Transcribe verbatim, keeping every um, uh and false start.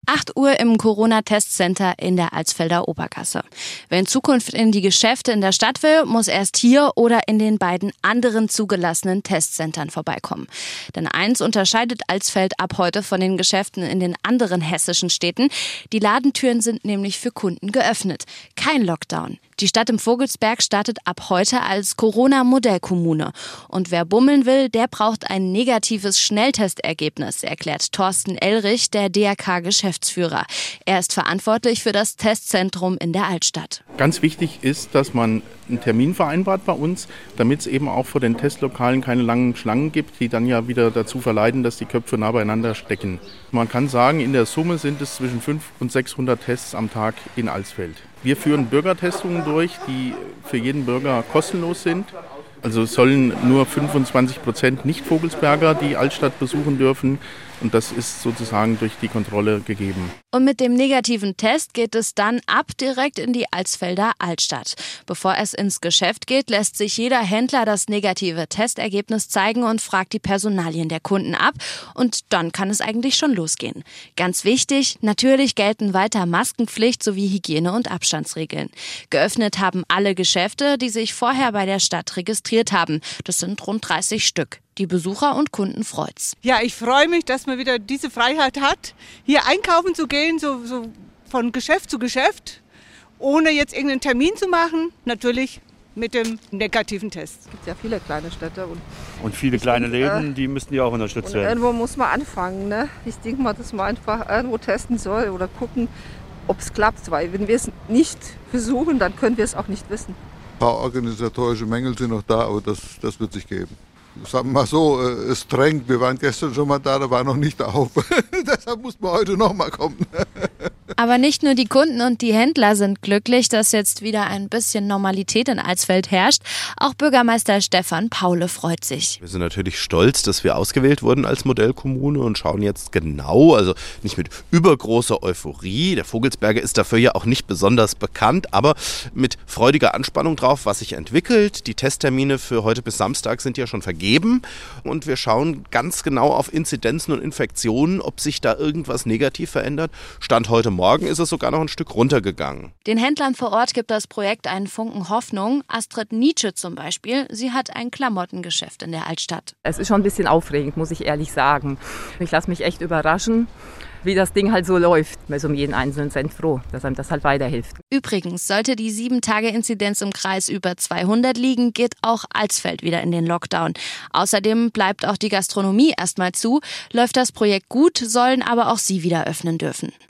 acht Uhr im Corona-Testcenter in der Alsfelder Obergasse. Wer in Zukunft in die Geschäfte in der Stadt will, muss erst hier oder in den beiden anderen zugelassenen Testcentern vorbeikommen. Denn eins unterscheidet Alsfeld ab heute von den Geschäften in den anderen hessischen Städten. Die Ladentüren sind nämlich für Kunden geöffnet. Kein Lockdown. Die Stadt im Vogelsberg startet ab heute als Corona-Modellkommune. Und wer bummeln will, der braucht ein negatives Schnelltestergebnis, erklärt Thorsten Elrich, der D R K-Geschäftsführer. Er ist verantwortlich für das Testzentrum in der Altstadt. Ganz wichtig ist, dass man einen Termin vereinbart bei uns, damit es eben auch vor den Testlokalen keine langen Schlangen gibt, die dann ja wieder dazu verleiten, dass die Köpfe nah beieinander stecken. Man kann sagen, in der Summe sind es zwischen fünfhundert und sechshundert Tests am Tag in Alsfeld. Wir führen Bürgertestungen durch, die für jeden Bürger kostenlos sind. Also sollen nur fünfundzwanzig Prozent Nicht-Vogelsberger die Altstadt besuchen dürfen. Und das ist sozusagen durch die Kontrolle gegeben. Und mit dem negativen Test geht es dann ab direkt in die Alsfelder Altstadt. Bevor es ins Geschäft geht, lässt sich jeder Händler das negative Testergebnis zeigen und fragt die Personalien der Kunden ab. Und dann kann es eigentlich schon losgehen. Ganz wichtig, natürlich gelten weiter Maskenpflicht sowie Hygiene- und Abstandsregeln. Geöffnet haben alle Geschäfte, die sich vorher bei der Stadt registriert haben. Das sind rund dreißig Stück. Die Besucher und Kunden freut's. Ja, ich freue mich, dass man wieder diese Freiheit hat, hier einkaufen zu gehen, so, so von Geschäft zu Geschäft, ohne jetzt irgendeinen Termin zu machen. Natürlich mit dem negativen Test. Es gibt ja viele kleine Städte. Und, und viele kleine denke, Läden, die müssten ja auch unterstützt werden. Irgendwo muss man anfangen. Ne? Ich denke mal, dass man einfach irgendwo testen soll oder gucken, ob es klappt. Weil wenn wir es nicht versuchen, dann können wir es auch nicht wissen. Ein paar organisatorische Mängel sind noch da, aber das, das wird sich geben. Sagen wir mal so, es drängt. Wir waren gestern schon mal da, da war noch nicht auf. Deshalb muss man heute noch mal kommen. Aber nicht nur die Kunden und die Händler sind glücklich, dass jetzt wieder ein bisschen Normalität in Alsfeld herrscht. Auch Bürgermeister Stefan Paule freut sich. Wir sind natürlich stolz, dass wir ausgewählt wurden als Modellkommune und schauen jetzt genau, also nicht mit übergroßer Euphorie. Der Vogelsberger ist dafür ja auch nicht besonders bekannt, aber mit freudiger Anspannung drauf, was sich entwickelt. Die Testtermine für heute bis Samstag sind ja schon vergeben und wir schauen ganz genau auf Inzidenzen und Infektionen, ob sich da irgendwas negativ verändert. Stand heute Morgen ist es sogar noch ein Stück runtergegangen. Den Händlern vor Ort gibt das Projekt einen Funken Hoffnung. Astrid Nietzsche zum Beispiel, sie hat ein Klamottengeschäft in der Altstadt. Es ist schon ein bisschen aufregend, muss ich ehrlich sagen. Ich lasse mich echt überraschen, wie das Ding halt so läuft. Man ist um jeden einzelnen Cent froh, dass einem das halt weiterhilft. Übrigens, sollte die sieben Tage Inzidenz im Kreis über zweihundert liegen, geht auch Alsfeld wieder in den Lockdown. Außerdem bleibt auch die Gastronomie erstmal zu. Läuft das Projekt gut, sollen aber auch sie wieder öffnen dürfen.